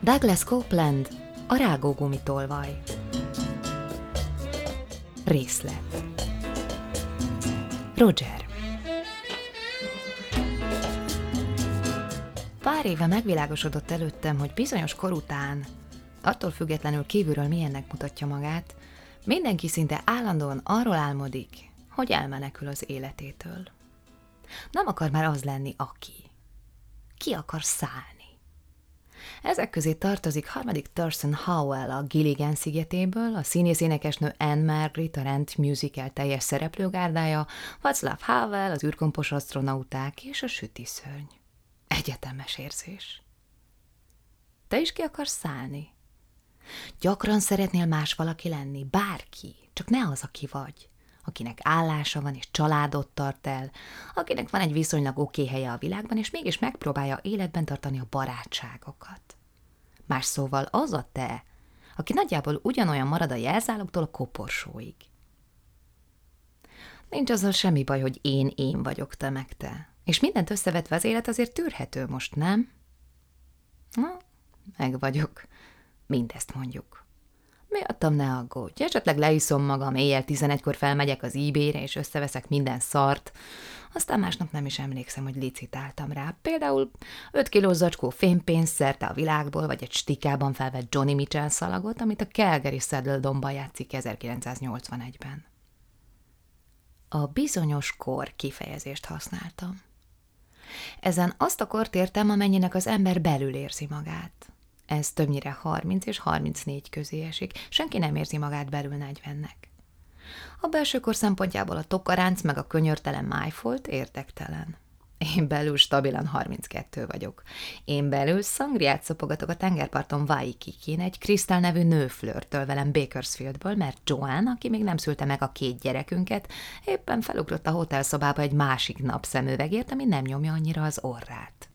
Douglas Copeland, a rágógumi tolvaj. Részlet. Roger. Pár éve megvilágosodott előttem, hogy bizonyos kor után, attól függetlenül kívülről milyennek mutatja magát, mindenki szinte állandóan arról álmodik, hogy elmenekül az életétől. Nem akar már az lenni, aki. Ki akar szállni. Ezek közé tartozik harmadik Thurston Howell a Gilligan szigetéből, a színész-énekesnő Anne Margaret, a Rent musical teljes szereplőgárdája, Václav Havel, az űrkompos asztronauták és a sütiszörny. Egyetemes érzés. Te is ki akarsz szállni? Gyakran szeretnél más valaki lenni, bárki, csak ne az, aki vagy, akinek állása van és családot tart el, akinek van egy viszonylag oké helye a világban, és mégis megpróbálja életben tartani a barátságokat. Más szóval az a te, aki nagyjából ugyanolyan marad a jelzálogtól a koporsóig. Nincs azzal semmi baj, hogy én vagyok, te meg te. És mindent összevetve az élet azért tűrhető most, nem? Na, meg vagyok. Mindezt mondjuk. Miattam ne aggódj, esetleg leiszom magam, éjjel 11-kor felmegyek az eBay-re, és összeveszek minden szart, aztán másnap nem is emlékszem, hogy licitáltam rá. Például 5 kilós zacskó fémpénzt szerte a világból, vagy egy stikában felvett Johnny Mitchell szalagot, amit a Calgary Saddle Domban játszik 1981-ben. A bizonyos kor kifejezést használtam. Ezen azt a kort értem, amennyinek az ember belül érzi magát. Ez többnyire 30 és 34 közé esik, senki nem érzi magát belül 40-nek. A belsőkor szempontjából a tokaránc meg a könyörtelen májfolt érdektelen. Én belül stabilan 32 vagyok. Én belül szangriát szopogatok a tengerparton Waikikin egy Crystal nevű nőflörtől velem Bakersfieldből, mert Joanne, aki még nem szülte meg a 2 gyerekünket, éppen felugrott a hotelszobába egy másik napszemüvegért, ami nem nyomja annyira az orrát.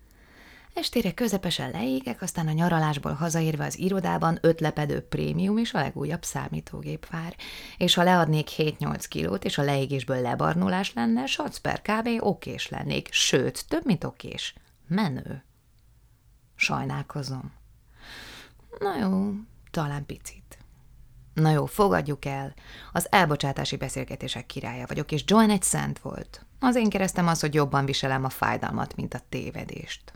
Estére közepesen leégek, aztán a nyaralásból hazaérve az irodában 5 lepedő prémium és a legújabb számítógép vár. És ha leadnék 7-8 kilót, és a leégésből lebarnulás lenne, sac per kb. Okés lennék, sőt, több, mint okés. Menő. Sajnálkozom. Na jó, talán picit. Na jó, fogadjuk el. Az elbocsátási beszélgetések királya vagyok, és Joanne egy szent volt. Az én keresztem az, hogy jobban viselem a fájdalmat, mint a tévedést.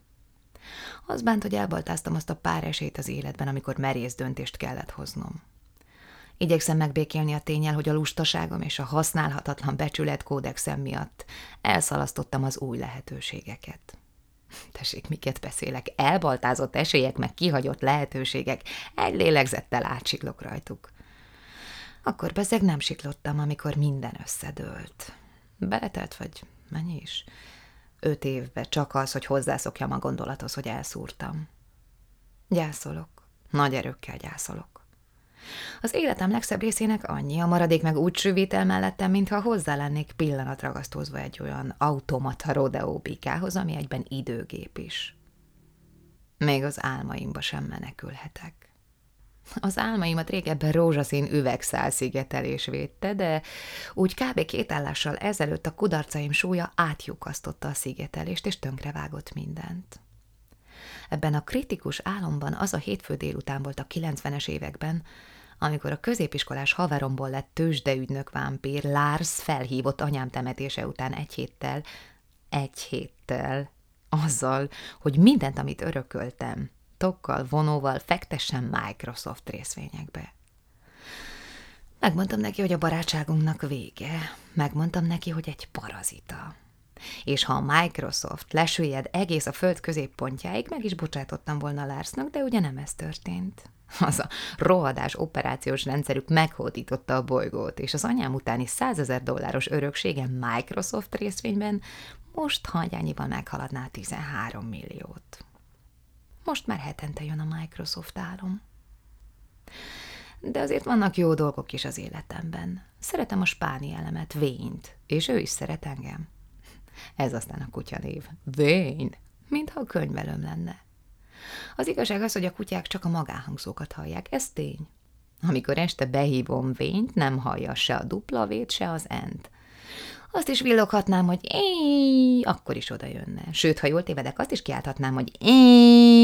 Az bánt, hogy elbaltáztam azt a pár esélyt az életben, amikor merész döntést kellett hoznom. Igyekszem megbékélni a ténnyel, hogy a lustaságom és a használhatatlan becsületkódexem miatt elszalasztottam az új lehetőségeket. Tessék, miket beszélek? Elbaltázott esélyek, meg kihagyott lehetőségek, egy lélegzettel átsiklok rajtuk. Akkor bezzeg nem siklottam, amikor minden összedőlt. Beletelt vagy mennyi is? 5 évbe csak az, hogy hozzászokjam a gondolathoz, hogy elszúrtam. Gyászolok. Nagy erőkkel gyászolok. Az életem legszebb részének annyi, a maradék meg úgy sűvít el mellettem, mintha hozzá lennék pillanatragasztózva egy olyan automata rodeo bikához, ami egyben időgép is. Még az álmaimba sem menekülhetek. Az álmaimat régebben rózsaszín üvegszál szigetelés védte, de úgy kb. 2 állással ezelőtt a kudarcaim súlya átlyukasztotta a szigetelést, és tönkrevágott mindent. Ebben a kritikus álomban az a hétfő délután volt a 90-es években, amikor a középiskolás haveromból lett tőzsdeügynök vámpír Lars felhívott anyám temetése után egy héttel, azzal, hogy mindent, amit örököltem, tokkal, vonóval fektessem Microsoft részvényekbe. Megmondtam neki, hogy a barátságunknak vége. Megmondtam neki, hogy egy parazita. És ha a Microsoft lesüllyed egész a föld középpontjáig, meg is bocsátottam volna Larsnak, de ugye nem ez történt. Az a rohadás operációs rendszerük meghódította a bolygót, és az anyám utáni $100,000 örökségem Microsoft részvényben most hangyányival meghaladná 13 milliót. Most már hetente jön a Microsoft álom. De azért vannak jó dolgok is az életemben. Szeretem a spáni elemet, Wayne-t, és ő is szeret engem. Ez aztán a kutyanév. Wayne, mintha a könyvelőm lenne. Az igazság az, hogy a kutyák csak a magánhangzókat hallják, ez tény. Amikor este behívom Wayne-t, nem hallja se a W-t, se az N-t. Azt is villoghatnám, hogy akkor is oda jönne. Sőt, ha jól tévedek, azt is kiálthatnám, hogy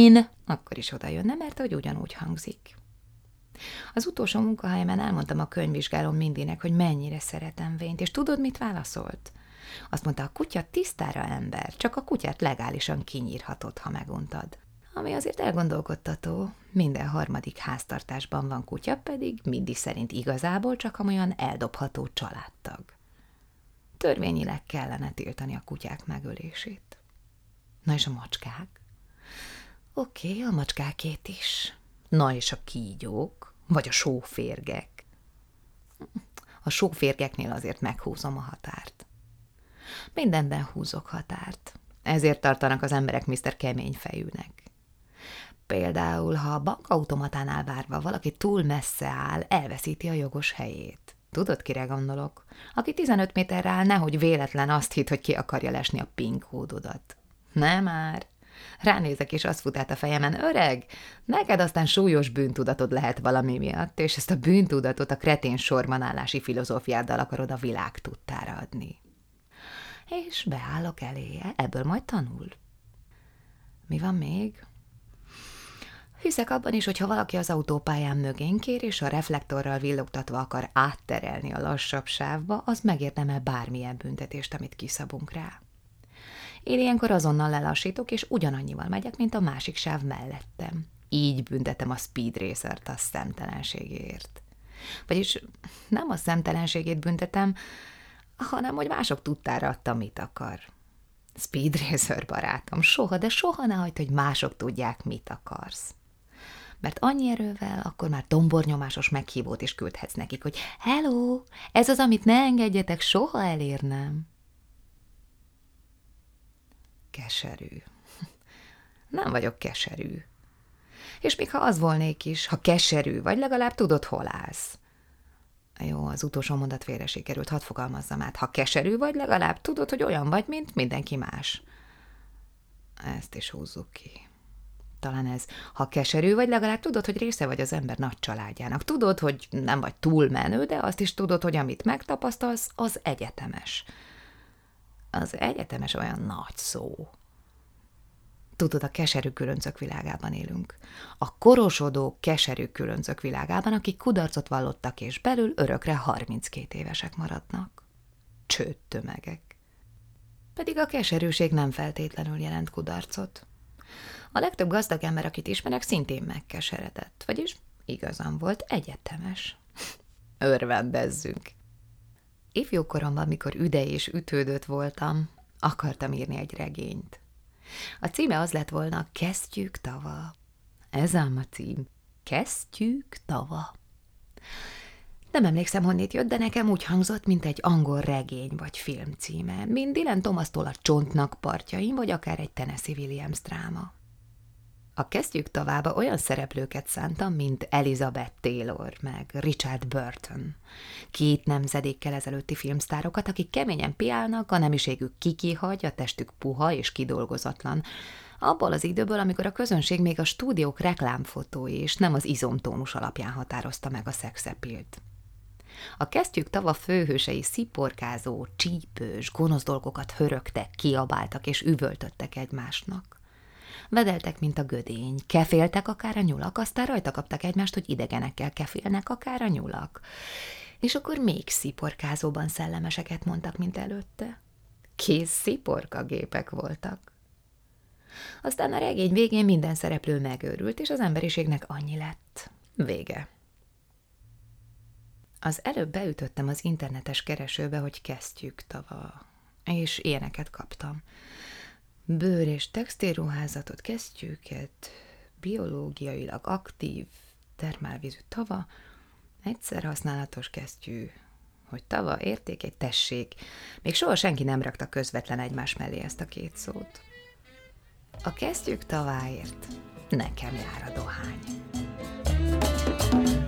vén, akkor is oda jönne, mert hogy ugyanúgy hangzik. Az utolsó munkahelyemen elmondtam a könyvvizsgálón Mindinek, hogy mennyire szeretem Vént, és tudod, mit válaszolt? Azt mondta, a kutya tisztára ember, csak a kutyát legálisan kinyírhatod, ha meguntad. Ami azért elgondolkodtató, minden harmadik háztartásban van kutya, pedig Mindy szerint igazából csak amolyan eldobható családtag. Törvényileg kellene tiltani a kutyák megölését. Na és a macskák? Oké, a macskákét is. Na és a kígyók? Vagy a sóférgek? A sóférgeknél azért meghúzom a határt. Mindenben húzok határt. Ezért tartanak az emberek Mr. Keményfejűnek. Például, ha a bankautomatánál várva valaki túl messze áll, elveszíti a jogos helyét. Tudod, kire gondolok? Aki 15 méterre áll, nehogy véletlen azt hitt, hogy ki akarja lesni a PIN kódodat. Nem már. Ránézek, és azt fut át a fejemen, öreg, neked aztán súlyos bűntudatod lehet valami miatt, és ezt a bűntudatot a kretén sorbanállási filozófiáddal akarod a világ tudtára adni. És beállok eléje, ebből majd tanul. Mi van még? Hiszek abban is, hogy ha valaki az autópályán mögén kér, és a reflektorral villogtatva akar átterelni a lassabb sávba, az megérdemel bármilyen büntetést, amit kiszabunk rá. Én ilyenkor azonnal lelassítok, és ugyanannyival megyek, mint a másik sáv mellettem. Így büntetem a speed racert a szemtelenségéért. Vagyis nem a szemtelenségét büntetem, hanem hogy mások tudtára adta, mit akar. Speed racer barátom, soha, de soha ne hagyd, hogy mások tudják, mit akarsz. Mert annyi erővel akkor már dombornyomásos meghívót is küldhetsz nekik, hogy hello, ez az, amit ne engedjetek soha elérnem. Keserű. Nem vagyok keserű. És még ha az volnék is, ha keserű vagy, legalább tudod, hol állsz. Jó, az utolsó mondat félre sikerült, hadd fogalmazzam át. Ha keserű vagy, legalább tudod, hogy olyan vagy, mint mindenki más. Ezt is húzzuk ki. Talán ez, ha keserű vagy, legalább tudod, hogy része vagy az ember nagy családjának. Tudod, hogy nem vagy túlmenő, de azt is tudod, hogy amit megtapasztalsz, az egyetemes. Az egyetemes olyan nagy szó. Tudod, a keserű különcök világában élünk. A korosodó, keserű különcök világában, akik kudarcot vallottak, és belül örökre 32 évesek maradnak. Csőd tömegek. Pedig a keserűség nem feltétlenül jelent kudarcot. A legtöbb gazdag ember, akit ismerek, szintén megkeseredett, vagyis igazam volt, egyetemes. Örvendezzünk. Ifjúkoromban, mikor üdei és ütődött voltam, akartam írni egy regényt. A címe az lett volna, Kesztyűk tava. Ez ám a cím. Kesztyűk tava. Nem emlékszem, honnét jött, de nekem úgy hangzott, mint egy angol regény vagy film címe, mint Dylan Thomastól a Csontnak partjain, vagy akár egy Tennessee Williams dráma. A Kesztyűk tavába olyan szereplőket szántam, mint Elizabeth Taylor, meg Richard Burton. 2 nemzedékkel ezelőtti filmsztárokat, akik keményen piálnak, a nemiségük kikihagy, a testük puha és kidolgozatlan. Abból az időből, amikor a közönség még a stúdiók reklámfotói és nem az izomtónus alapján határozta meg a szexepilt. A Kesztyűk tava főhősei sziporkázó, csípős, gonosz dolgokat hörögtek, kiabáltak és üvöltöttek egymásnak. Vedeltek, mint a gödény, keféltek akár a nyulak, aztán rajta kaptak egymást, hogy idegenekkel kefélnek akár a nyulak. És akkor még sziporkázóban szellemeseket mondtak, mint előtte. Kész sziporkagépek voltak. Aztán a regény végén minden szereplő megőrült, és az emberiségnek annyi lett. Vége. Az előbb beütöttem az internetes keresőbe, hogy Kesztyűk tava, és ilyeneket kaptam. Bőr- és textilruházatot, kesztyűket, biológiailag aktív, termálvízű tava, egyszer használatos kesztyű, hogy tava, érték, egy tessék. Még soha senki nem rakta közvetlen egymás mellé ezt a 2 szót. A Kesztyűk taváért nekem jár a dohány.